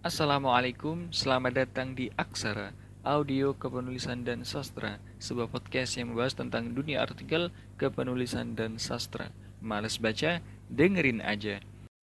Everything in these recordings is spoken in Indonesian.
Assalamualaikum, selamat datang di Aksara, Audio Kepenulisan dan Sastra, sebuah podcast yang membahas tentang dunia artikel, kepenulisan dan sastra. Males baca? Dengerin aja.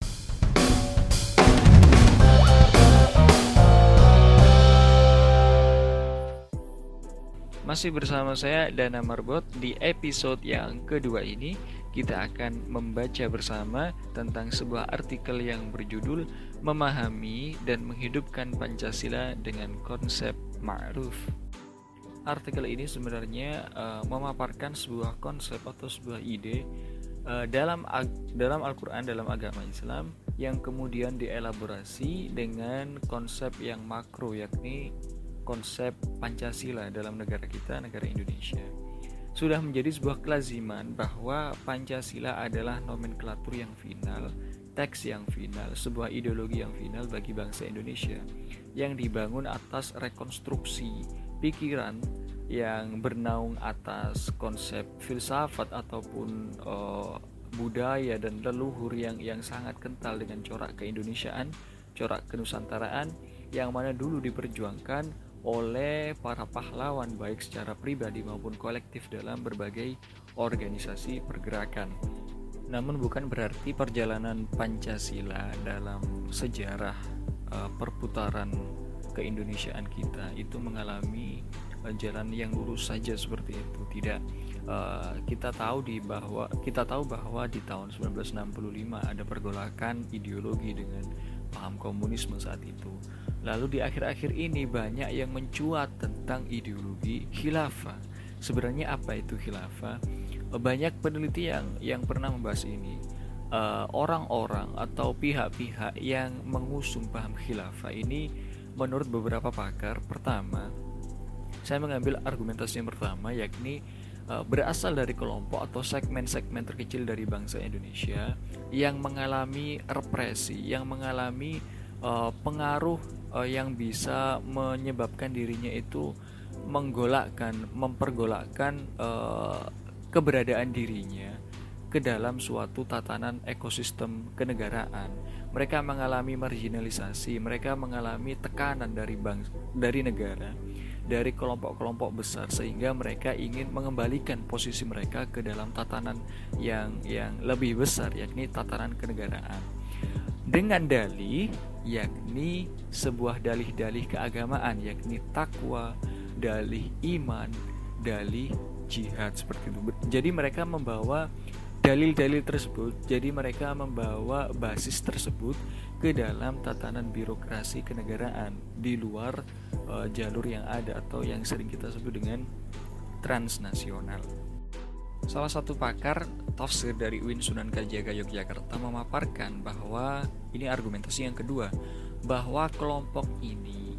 Masih bersama saya Dana Marbot. Di episode yang kedua ini kita akan membaca bersama tentang sebuah artikel yang berjudul Memahami dan Menghidupkan Pancasila dengan Konsep Ma'ruf. Artikel ini sebenarnya memaparkan sebuah konsep atau sebuah ide dalam Al-Quran, dalam agama Islam, yang kemudian dielaborasi dengan konsep yang makro, yakni konsep Pancasila dalam negara kita, negara Indonesia. Sudah menjadi sebuah kelaziman bahwa Pancasila adalah nomenklatur yang final, teks yang final, sebuah ideologi yang final bagi bangsa Indonesia yang dibangun atas rekonstruksi pikiran yang bernaung atas konsep filsafat ataupun budaya dan leluhur yang sangat kental dengan corak keindonesiaan, corak kenusantaraan yang mana dulu diperjuangkan oleh para pahlawan baik secara pribadi maupun kolektif dalam berbagai organisasi pergerakan. Namun bukan berarti perjalanan Pancasila dalam sejarah perputaran keindonesiaan kita itu mengalami jalan yang lurus saja seperti itu. Tidak. Kita tahu bahwa di tahun 1965 ada pergolakan ideologi dengan paham komunisme saat itu. Lalu di akhir-akhir ini banyak yang mencuat tentang ideologi khilafah. Sebenarnya apa itu khilafah? Banyak peneliti yang pernah membahas ini. Orang-orang atau pihak-pihak yang mengusung paham khilafah ini, menurut beberapa pakar, pertama, saya mengambil argumentasi yang pertama, yakni berasal dari kelompok atau segmen-segmen terkecil dari bangsa Indonesia yang mengalami represi, yang mengalami pengaruh yang bisa menyebabkan dirinya itu mempergolakkan keberadaan dirinya ke dalam suatu tatanan ekosistem kenegaraan. Mereka mengalami marginalisasi, mereka mengalami tekanan dari negara, dari kelompok-kelompok besar, sehingga mereka ingin mengembalikan posisi mereka ke dalam tatanan yang lebih besar, yakni tatanan kenegaraan. Dengan dalih, yakni sebuah dalih-dalih keagamaan, yakni takwa, dalih iman, dalih jihad, seperti itu. Jadi mereka membawa dalil-dalil tersebut, jadi mereka membawa basis tersebut ke dalam tatanan birokrasi kenegaraan di luar jalur yang ada atau yang sering kita sebut dengan transnasional. Salah satu pakar tafsir dari UIN Sunan Kalijaga Yogyakarta memaparkan bahwa ini argumentasi yang kedua, bahwa kelompok ini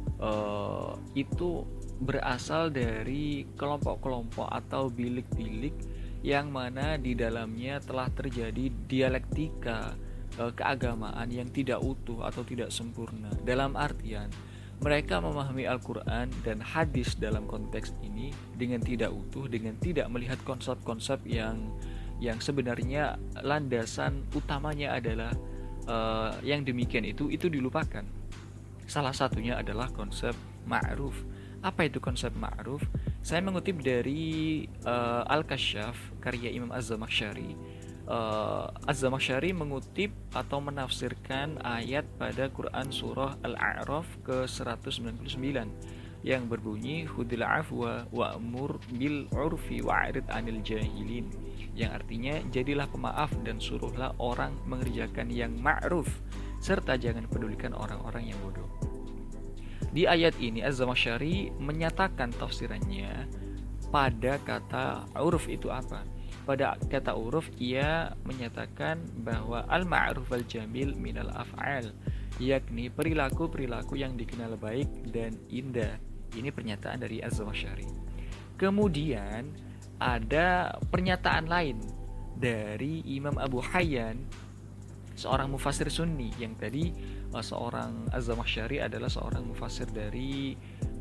itu berasal dari kelompok-kelompok atau bilik-bilik yang mana di dalamnya telah terjadi dialektika keagamaan yang tidak utuh atau tidak sempurna. Dalam artian mereka memahami Al-Quran dan hadis dalam konteks ini dengan tidak utuh, dengan tidak melihat konsep-konsep yang sebenarnya landasan utamanya adalah yang demikian itu dilupakan. Salah satunya adalah konsep ma'ruf. Apa itu konsep ma'ruf? Saya mengutip dari Al-Kasyaf karya Imam Az-Zamakhsyari. Az-Zamakhsyari mengutip atau menafsirkan ayat pada Quran surah Al-A'raf ke-199 yang berbunyi khudhil afwa wa'mur bil 'urfi wa'rid 'anil jahilin, yang artinya jadilah pemaaf dan suruhlah orang mengerjakan yang ma'ruf serta jangan pedulikan orang-orang yang bodoh. Di ayat ini Az-Zamakhsyari menyatakan tafsirannya pada kata uruf itu apa? Pada kata uruf ia menyatakan bahwa al-ma'ruf al-jamil minal af'al, yakni perilaku-perilaku yang dikenal baik dan indah. Ini pernyataan dari Az-Zamakhsyari. Kemudian ada pernyataan lain dari Imam Abu Hayyan, seorang mufassir Sunni, yang tadi seorang Az-Zamakhsyari adalah seorang mufassir dari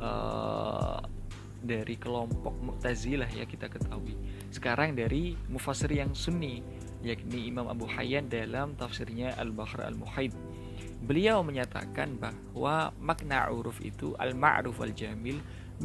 kelompok Mu'tazilah ya kita ketahui. Sekarang dari mufassir yang Sunni, yakni Imam Abu Hayyan dalam tafsirnya Al-Bahr Al-Muhit. Beliau menyatakan bahwa makna uruf itu al-ma'ruf al-jamil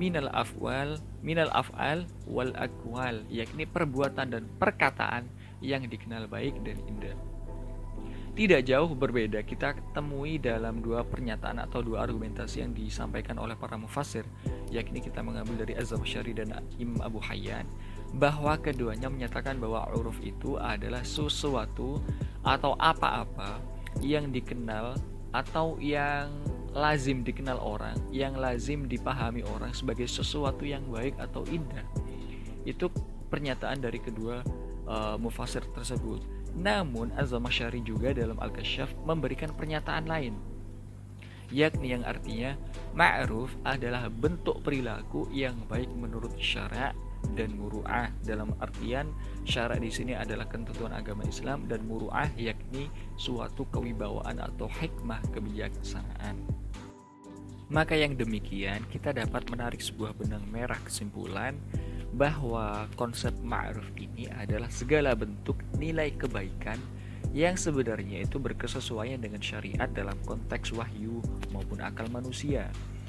minal af'al wal aqwal, yakni perbuatan dan perkataan yang dikenal baik dan indah. Tidak jauh berbeda kita temui dalam dua pernyataan atau dua argumentasi yang disampaikan oleh para mufassir, yakni kita mengambil dari Az-Zamakhsyari dan Imam Abu Hayyan, bahwa keduanya menyatakan bahwa uruf itu adalah sesuatu atau apa-apa yang dikenal atau yang lazim dikenal orang, yang lazim dipahami orang sebagai sesuatu yang baik atau indah. Itu pernyataan dari kedua mufassir tersebut. Namun Az-Zamakhsyari juga dalam Al-Kasyaf memberikan pernyataan lain, yakni yang artinya ma'ruf adalah bentuk perilaku yang baik menurut syara' dan muru'ah. Dalam artian syara' di sini adalah ketentuan agama Islam dan muru'ah yakni suatu kewibawaan atau hikmah kebijaksanaan. Maka yang demikian kita dapat menarik sebuah benang merah kesimpulan bahwa konsep ma'ruf ini adalah segala bentuk nilai kebaikan yang sebenarnya itu berkesesuaian dengan syariat dalam konteks wahyu maupun akal manusia.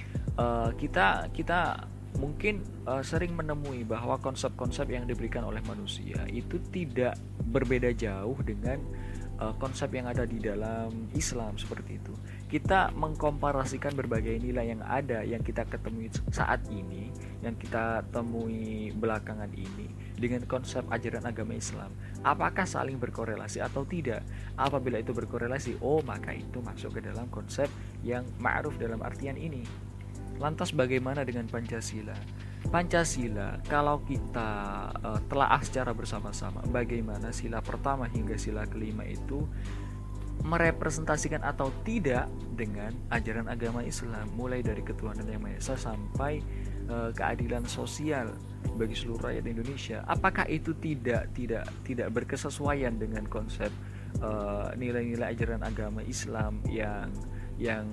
Kita mungkin sering menemui bahwa konsep-konsep yang diberikan oleh manusia itu tidak berbeda jauh dengan konsep yang ada di dalam Islam seperti itu. Kita mengkomparasikan berbagai nilai yang ada, yang kita ketemui saat ini, yang kita temui belakangan ini dengan konsep ajaran agama Islam. Apakah saling berkorelasi atau tidak? Apabila itu berkorelasi, maka itu masuk ke dalam konsep yang ma'ruf dalam artian ini. Lantas bagaimana dengan Pancasila? Pancasila, kalau kita telaah secara bersama-sama, bagaimana sila pertama hingga sila kelima itu merepresentasikan atau tidak dengan ajaran agama Islam, mulai dari ketuhanan yang Maha Esa sampai keadilan sosial bagi seluruh rakyat Indonesia. Apakah itu tidak berkesesuaian dengan konsep nilai-nilai ajaran agama Islam yang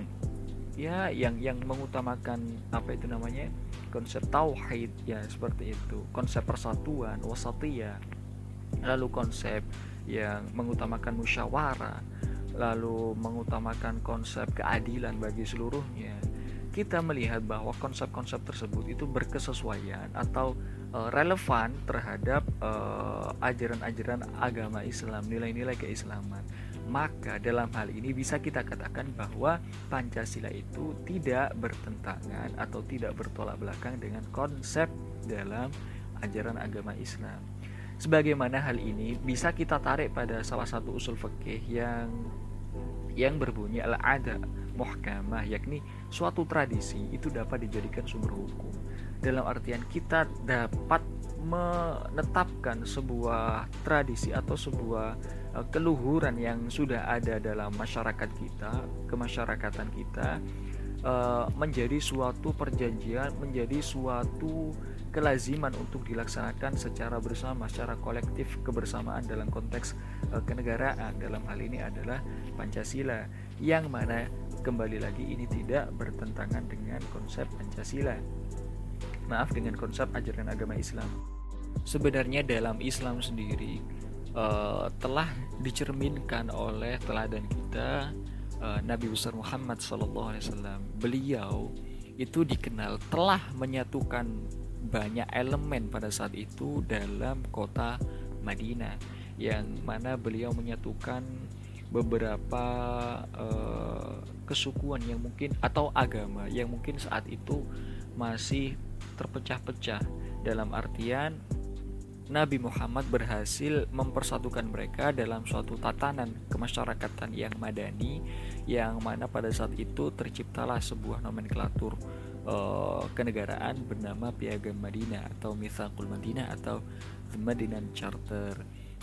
mengutamakan konsep tauhid, ya seperti itu, konsep persatuan wasatiyah, lalu konsep yang mengutamakan musyawarah, lalu mengutamakan konsep keadilan bagi seluruhnya. Kita melihat bahwa konsep-konsep tersebut itu berkesesuaian atau relevan terhadap ajaran-ajaran agama Islam, nilai-nilai keislaman. Maka dalam hal ini bisa kita katakan bahwa Pancasila itu tidak bertentangan atau tidak bertolak belakang dengan konsep dalam ajaran agama Islam. Sebagaimana hal ini bisa kita tarik pada salah satu usul fikih yang berbunyi al-'ada muhkamah, yakni suatu tradisi itu dapat dijadikan sumber hukum. Dalam artian kita dapat menetapkan sebuah tradisi atau sebuah keluhuran yang sudah ada dalam masyarakat kita, kemasyarakatan kita, menjadi suatu perjanjian, menjadi suatu kelaziman untuk dilaksanakan secara bersama, secara kolektif, kebersamaan dalam konteks kenegaraan. Dalam hal ini adalah Pancasila, yang mana kembali lagi ini tidak bertentangan dengan konsep Pancasila. Dengan konsep ajaran agama Islam. Sebenarnya dalam Islam sendiri telah dicerminkan oleh teladan kita, Nabi besar Muhammad SAW. Beliau itu dikenal telah menyatukan banyak elemen pada saat itu dalam kota Madinah, yang mana beliau menyatukan beberapa kesukuan yang mungkin atau agama yang mungkin saat itu masih terpecah-pecah. Dalam artian Nabi Muhammad berhasil mempersatukan mereka dalam suatu tatanan kemasyarakatan yang madani, yang mana pada saat itu terciptalah sebuah nomenklatur kenegaraan bernama Piagam Madinah atau Mitsaqul Madinah atau The Madinah Charter.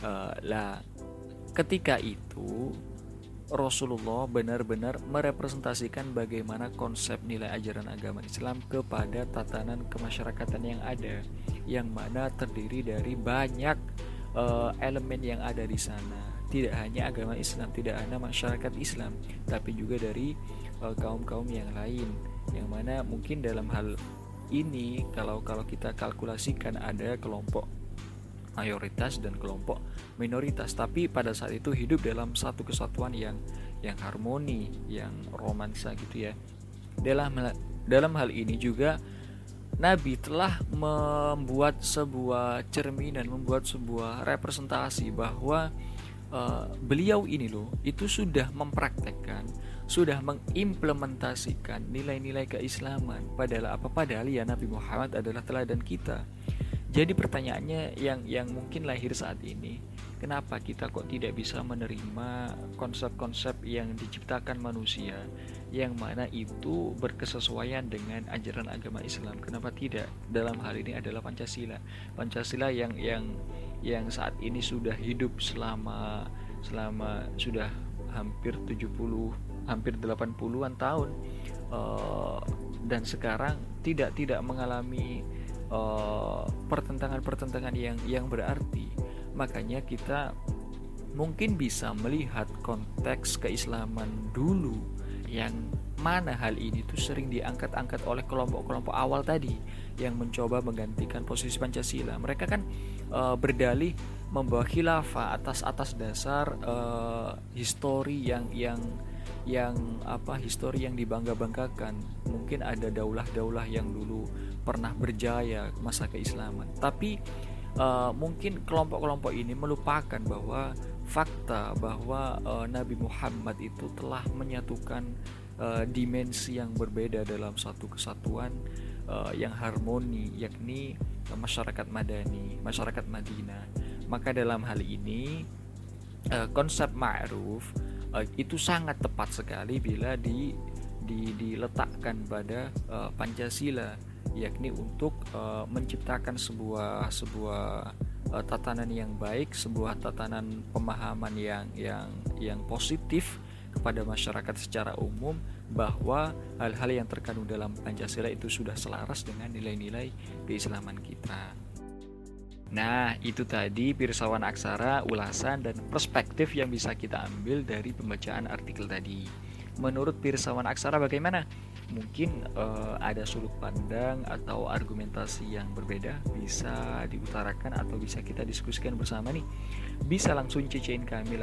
Ketika itu Rasulullah benar-benar merepresentasikan bagaimana konsep nilai ajaran agama Islam kepada tatanan kemasyarakatan yang ada, yang mana terdiri dari banyak elemen yang ada di sana. Tidak hanya agama Islam, tidak hanya masyarakat Islam, tapi juga dari kaum-kaum yang lain, yang mana mungkin dalam hal ini kalau kita kalkulasikan ada kelompok mayoritas dan kelompok minoritas, tapi pada saat itu hidup dalam satu kesatuan yang yang harmoni, yang romansa gitu ya. Dalam hal ini juga Nabi telah membuat sebuah cerminan, membuat sebuah representasi bahwa beliau ini loh itu sudah mempraktekkan, sudah mengimplementasikan nilai-nilai keislaman. Padahal ya Nabi Muhammad adalah teladan kita. Jadi pertanyaannya yang mungkin lahir saat ini, kenapa kita kok tidak bisa menerima konsep-konsep yang diciptakan manusia yang mana itu berkesesuaian dengan ajaran agama Islam? Kenapa tidak? Dalam hal ini adalah Pancasila. Pancasila yang saat ini sudah hidup selama sudah hampir 70, hampir 80-an tahun, dan sekarang tidak mengalami pertentangan-pertentangan yang berarti. Makanya kita mungkin bisa melihat konteks keislaman dulu, yang mana hal ini tuh sering diangkat-angkat oleh kelompok-kelompok awal tadi yang mencoba menggantikan posisi Pancasila. Mereka kan berdalih membawa khilafah atas dasar histori histori yang dibangga-banggakan. Mungkin ada daulah-daulah yang dulu pernah berjaya masa keislaman, tapi mungkin kelompok-kelompok ini melupakan bahwa fakta bahwa Nabi Muhammad itu telah menyatukan dimensi yang berbeda dalam satu kesatuan yang harmoni, yakni masyarakat Madani, masyarakat Madinah. Maka dalam hal ini konsep ma'ruf itu sangat tepat sekali bila diletakkan pada Pancasila, yakni untuk menciptakan sebuah tatanan yang baik, sebuah tatanan pemahaman yang positif kepada masyarakat secara umum, bahwa hal-hal yang terkandung dalam Pancasila itu sudah selaras dengan nilai-nilai keislaman kita. Nah, itu tadi Pirsawan Aksara, ulasan dan perspektif yang bisa kita ambil dari pembacaan artikel tadi. Menurut Pirsawan Aksara bagaimana? Mungkin ada sudut pandang atau argumentasi yang berbeda, bisa diutarakan atau bisa kita diskusikan bersama nih. Bisa langsung cecein kami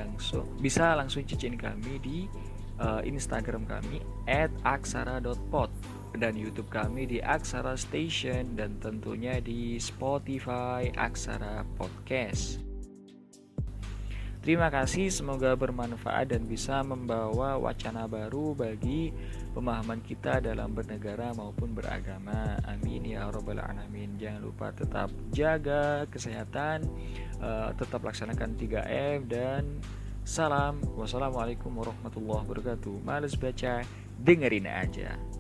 di Instagram kami @aksara.pod, dan YouTube kami di Aksara Station, dan tentunya di Spotify Aksara Podcast. Terima kasih, semoga bermanfaat dan bisa membawa wacana baru bagi pemahaman kita dalam bernegara maupun beragama. Amin ya rabbal alamin. Jangan lupa tetap jaga kesehatan, tetap laksanakan 3M, dan salam. Wassalamualaikum warahmatullahi wabarakatuh. Males baca, dengerin aja.